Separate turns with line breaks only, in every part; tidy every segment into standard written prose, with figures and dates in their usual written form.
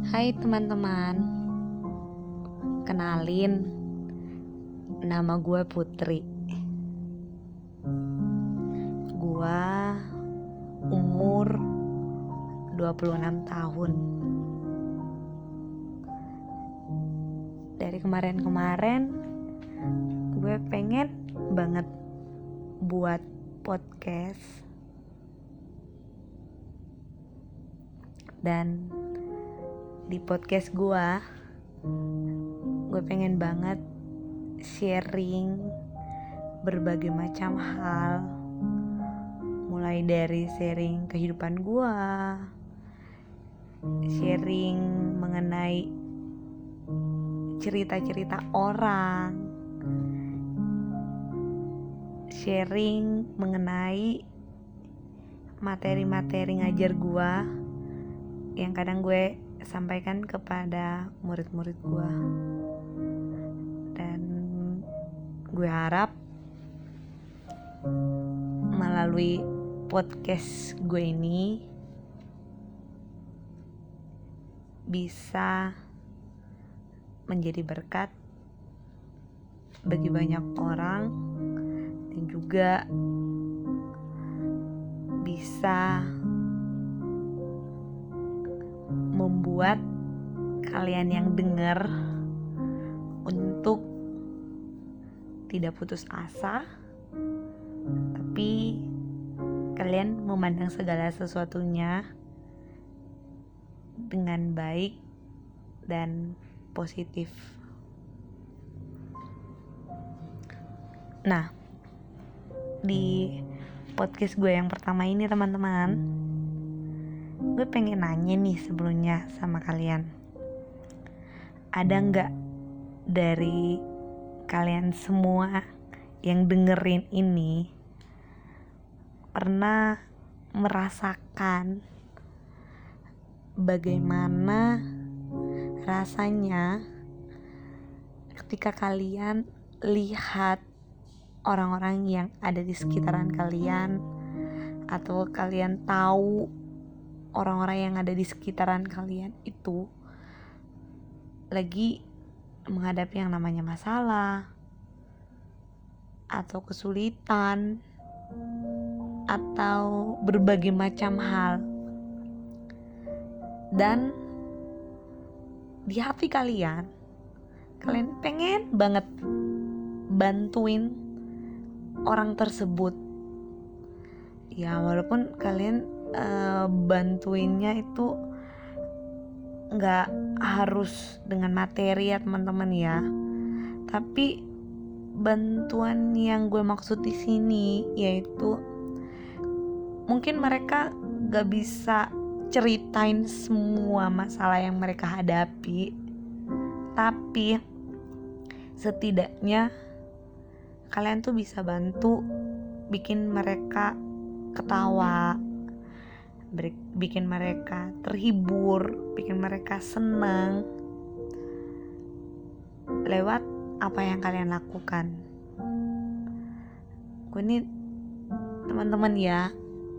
Hai teman-teman, kenalin, nama gue Putri. Gue umur 26 tahun. Dari kemarin-kemarin gue pengen banget buat podcast. Dan di podcast gue pengen banget sharing berbagai macam hal, mulai dari sharing kehidupan gue, sharing mengenai cerita-cerita orang, sharing mengenai materi-materi ngajar gue yang kadang gue sampaikan kepada murid-murid gue. Dan gue harap melalui podcast gue ini bisa menjadi berkat bagi banyak orang dan juga bisa membuat kalian yang dengar untuk tidak putus asa, tapi kalian memandang segala sesuatunya dengan baik dan positif. Nah, di podcast gue yang pertama ini teman-teman, gue pengen nanya nih sebelumnya sama kalian. Ada gak dari kalian semua yang dengerin ini pernah merasakan bagaimana rasanya ketika kalian lihat orang-orang yang ada di sekitaran kalian, atau kalian tahu orang-orang yang ada di sekitaran kalian itu lagi menghadapi yang namanya masalah atau kesulitan atau berbagai macam hal, dan di hati kalian pengen banget bantuin orang tersebut. Ya walaupun kalian bantuinnya itu nggak harus dengan materi ya teman-teman ya, tapi bantuan yang gue maksud di sini yaitu mungkin mereka nggak bisa ceritain semua masalah yang mereka hadapi, tapi setidaknya kalian tuh bisa bantu bikin mereka ketawa, bikin mereka terhibur, bikin mereka senang lewat apa yang kalian lakukan. Gue nih teman-teman ya,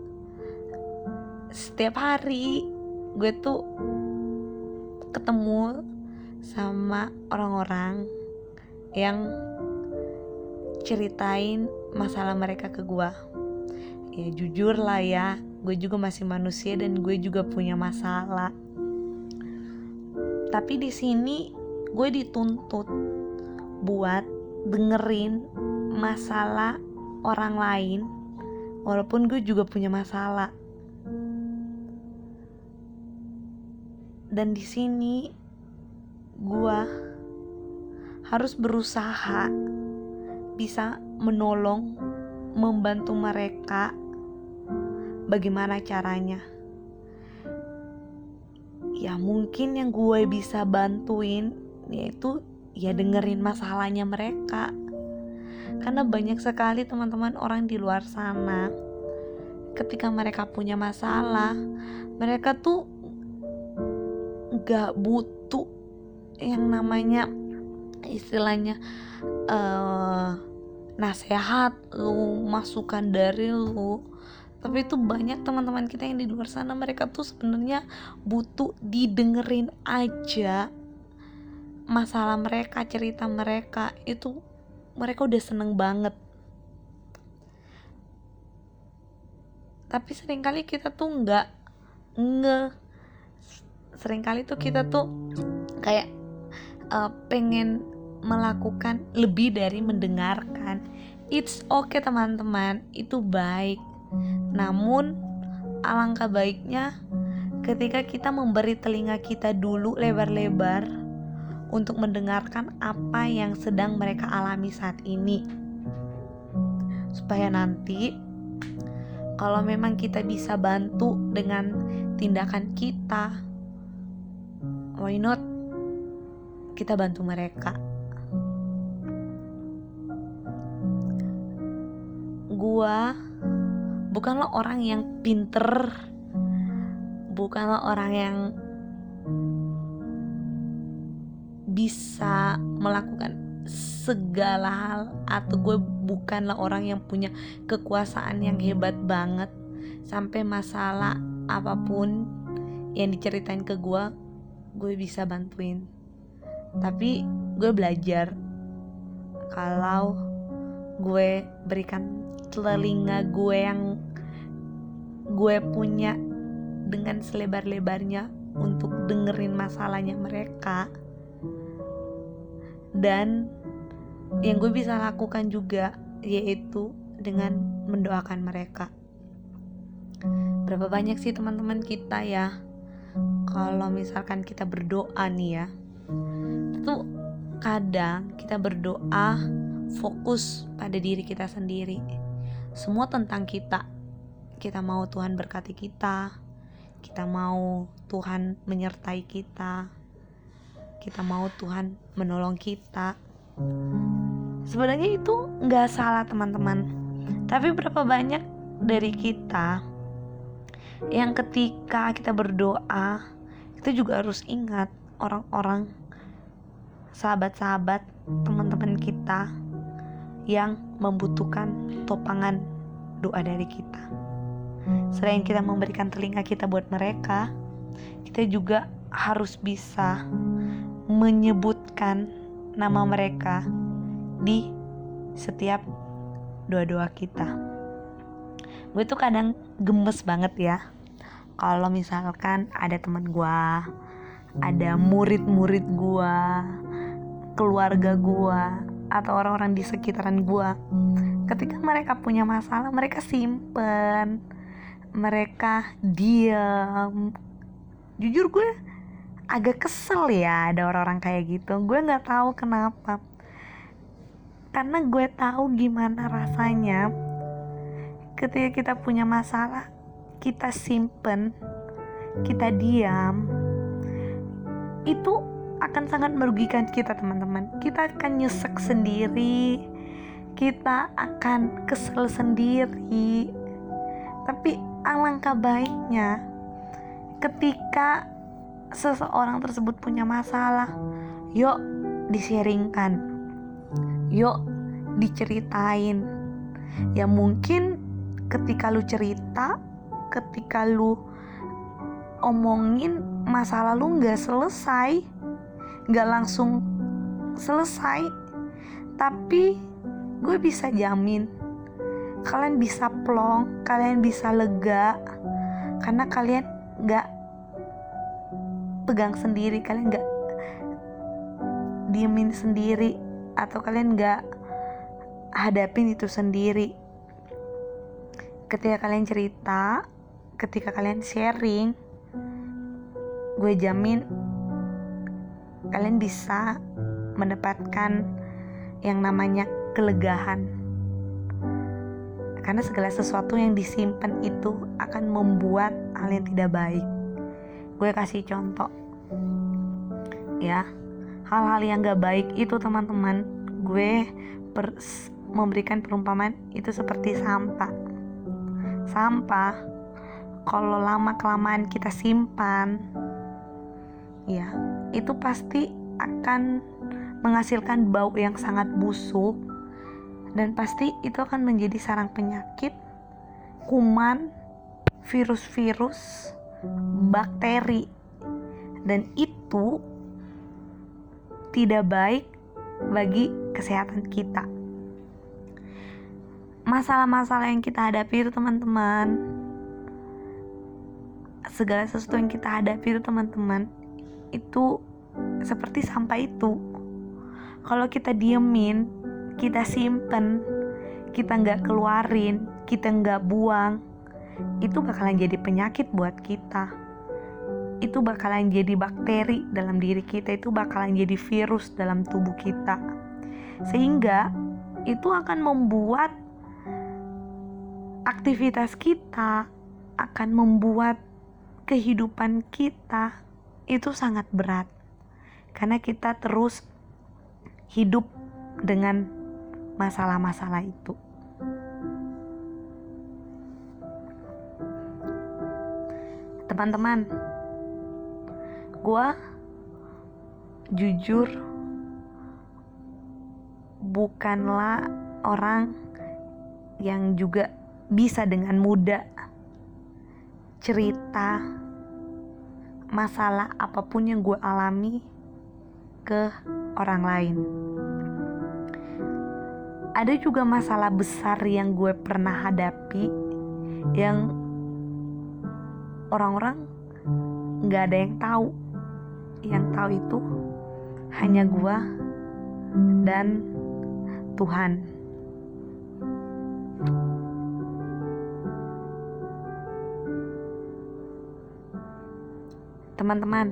setiap hari gue tuh ketemu sama orang-orang yang ceritain masalah mereka ke gue. Ya jujur lah ya, gue juga masih manusia dan gue juga punya masalah. Tapi di sini gue dituntut buat dengerin masalah orang lain, walaupun gue juga punya masalah. Dan di sini gue harus berusaha bisa menolong, membantu mereka. Bagaimana caranya? Ya mungkin yang gue bisa bantuin yaitu ya dengerin masalahnya mereka. Karena banyak sekali teman-teman orang di luar sana, ketika mereka punya masalah, mereka tuh gak butuh yang namanya istilahnya nasihat lu, masukan dari lu, Tapi itu banyak teman-teman kita yang di luar sana, mereka tuh sebenarnya butuh didengerin aja masalah mereka, cerita mereka, itu mereka udah seneng banget. Tapi seringkali kita tuh seringkali tuh kita tuh kayak pengen melakukan lebih dari mendengarkan. It's okay teman-teman, itu baik. Namun alangkah baiknya ketika kita memberi telinga kita dulu lebar-lebar untuk mendengarkan apa yang sedang mereka alami saat ini, supaya nanti kalau memang kita bisa bantu dengan tindakan kita, why not kita bantu mereka. Gua bukanlah orang yang pinter, bukanlah orang yang bisa melakukan segala hal, atau gue bukanlah orang yang punya kekuasaan yang hebat banget sampai masalah apapun yang diceritain ke gue bisa bantuin. Tapi gue belajar kalau gue berikan telinga gue yang gue punya dengan selebar-lebarnya untuk dengerin masalahnya mereka. Dan yang gue bisa lakukan juga yaitu dengan mendoakan mereka. Berapa banyak sih teman-teman kita ya, kalau misalkan kita berdoa nih ya, itu kadang kita berdoa fokus pada diri kita sendiri. Semua tentang kita. Kita mau Tuhan berkati kita, kita mau Tuhan menyertai kita, kita mau Tuhan menolong kita. Sebenarnya itu gak salah teman-teman. Tapi berapa banyak dari kita yang ketika kita berdoa, kita juga harus ingat orang-orang, sahabat-sahabat, teman-teman kita yang membutuhkan topangan doa dari kita. Selain kita memberikan telinga kita buat mereka, kita juga harus bisa menyebutkan nama mereka di setiap doa-doa kita. Gue tuh kadang gemes banget ya kalau misalkan ada teman gue, ada murid-murid gue, keluarga gue, atau orang-orang di sekitaran gue, ketika mereka punya masalah, mereka simpen, mereka diam. Jujur gue agak kesel ya ada orang-orang kayak gitu. Gue gak tahu kenapa, karena gue tahu gimana rasanya ketika kita punya masalah, kita simpen, kita diam. Itu akan sangat merugikan kita teman-teman. Kita akan nyesek sendiri, kita akan kesel sendiri. Tapi alangkah baiknya ketika seseorang tersebut punya masalah, yuk di-sharingkan, yuk diceritain. Ya mungkin ketika lu cerita, ketika lu omongin, masalah lu gak selesai, gak langsung selesai, tapi gue bisa jamin kalian bisa plong, kalian bisa lega, karena kalian gak pegang sendiri, kalian gak diemin sendiri, atau kalian gak hadapin itu sendiri. Ketika kalian cerita, ketika kalian sharing, gue jamin kalian bisa mendapatkan yang namanya kelegaan. Karena segala sesuatu yang disimpan itu akan membuat hal yang tidak baik. Gue kasih contoh ya, hal-hal yang gak baik itu teman-teman, gue memberikan perumpamaan itu seperti sampah. Kalau lama kelamaan kita simpan, ya itu pasti akan menghasilkan bau yang sangat busuk, dan pasti itu akan menjadi sarang penyakit kuman, virus-virus, bakteri, dan itu tidak baik bagi kesehatan kita. Masalah-masalah yang kita hadapi itu teman-teman, segala sesuatu yang kita hadapi itu teman-teman, itu seperti sampah itu. Kalau kita diemin, kita simpen, kita gak keluarin, kita gak buang, itu bakalan jadi penyakit buat kita. Itu bakalan jadi bakteri dalam diri kita, itu bakalan jadi virus dalam tubuh kita. Sehingga itu akan membuat aktivitas kita, akan membuat kehidupan kita itu sangat berat. Karena kita terus hidup dengan masalah-masalah itu. Teman-teman, gue jujur bukanlah orang yang juga bisa dengan mudah cerita masalah apapun yang gue alami ke orang lain. Ada juga masalah besar yang gue pernah hadapi yang orang-orang gak ada yang tahu. Yang tahu itu hanya gue dan Tuhan. Teman-teman,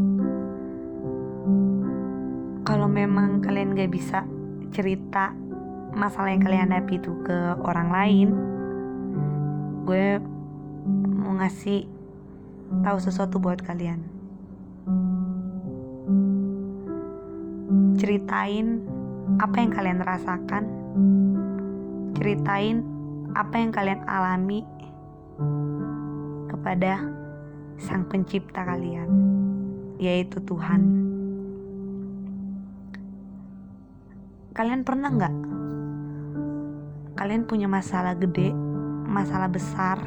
kalau memang kalian gak bisa cerita masalah yang kalian hadapi itu ke orang lain, gue mau ngasih tahu sesuatu buat kalian. Ceritain apa yang kalian rasakan, ceritain apa yang kalian alami kepada Sang Pencipta kalian, yaitu Tuhan. Kalian pernah gak? Kalian punya masalah gede, masalah besar,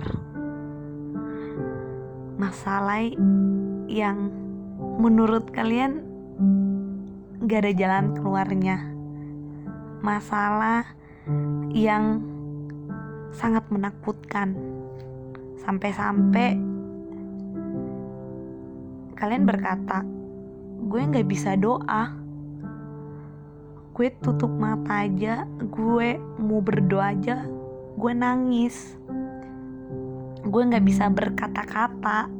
masalah yang menurut kalian gak ada jalan keluarnya, masalah yang sangat menakutkan, sampai-sampai kalian berkata, gue gak bisa doa, gue tutup mata aja, gue mau berdoa aja, gue nangis, gue gak bisa berkata-kata.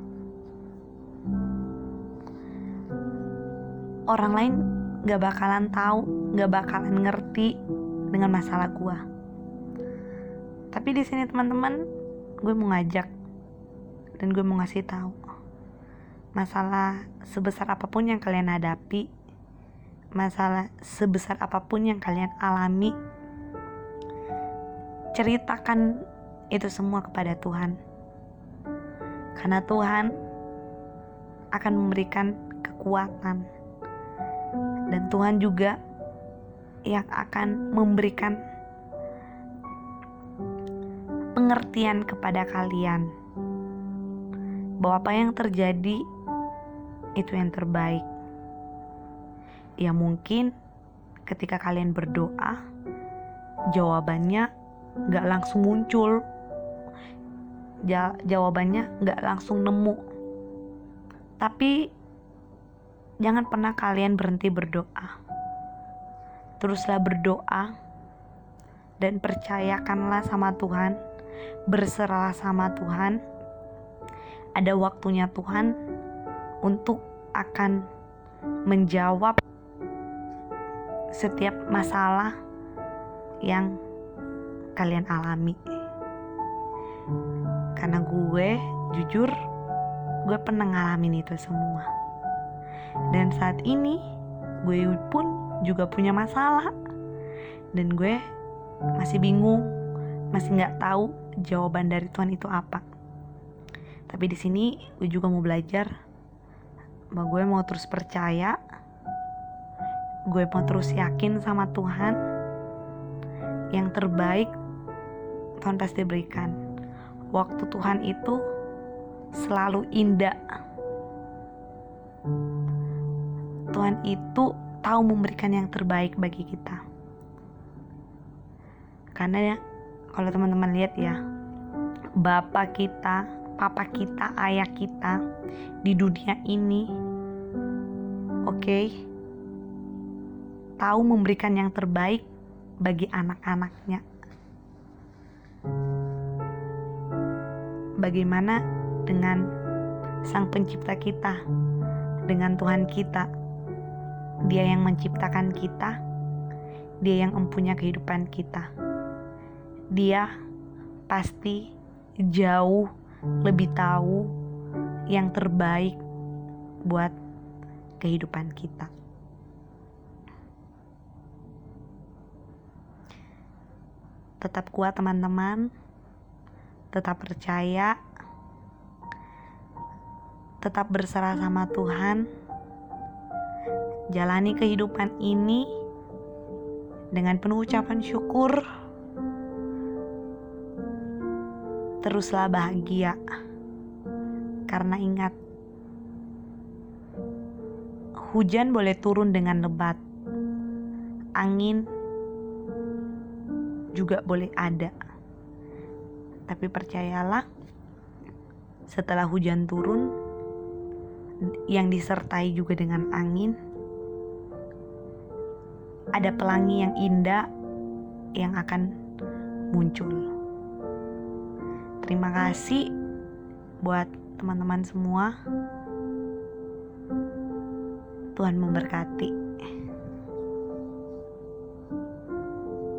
Orang lain gak bakalan tahu, gak bakalan ngerti dengan masalah gue. Tapi di sini teman-teman, gue mau ngajak dan gue mau ngasih tahu, masalah sebesar apapun yang kalian hadapi, masalah sebesar apapun yang kalian alami, ceritakan itu semua kepada Tuhan. Karena Tuhan akan memberikan kekuatan, dan Tuhan juga yang akan memberikan pengertian kepada kalian bahwa apa yang terjadi itu yang terbaik. Ya mungkin ketika kalian berdoa, jawabannya gak langsung muncul, jawabannya gak langsung nemu. Tapi jangan pernah kalian berhenti berdoa. Teruslah berdoa dan percayakanlah sama Tuhan, berserahlah sama Tuhan. Ada waktunya Tuhan untuk akan menjawab setiap masalah yang kalian alami. Karena gue jujur, gue pernah ngalamin itu semua. Dan saat ini gue pun juga punya masalah, dan gue masih bingung, masih nggak tahu jawaban dari Tuhan itu apa. Tapi di sini gue juga mau belajar bahwa gue mau terus percaya, gue mau terus yakin sama Tuhan. Yang terbaik Tuhan pasti berikan. waktu Tuhan itu selalu indah. Tuhan itu tahu memberikan yang terbaik bagi kita. Karena ya, kalau teman-teman lihat ya, bapak kita, papa kita, ayah kita di dunia ini, tahu memberikan yang terbaik bagi anak-anaknya. Bagaimana dengan Sang Pencipta kita, dengan Tuhan kita? Dia yang menciptakan kita, Dia yang mempunyai kehidupan kita. Dia pasti jauh lebih tahu yang terbaik buat kehidupan kita. Tetap kuat teman-teman, tetap percaya, tetap berserah sama Tuhan. Jalani kehidupan ini dengan penuh ucapan syukur. Teruslah bahagia, karena ingat, hujan boleh turun dengan lebat, angin juga boleh ada. Tapi percayalah, setelah hujan turun yang disertai juga dengan angin, ada pelangi yang indah yang akan muncul. Terima kasih buat teman-teman semua. Tuhan memberkati.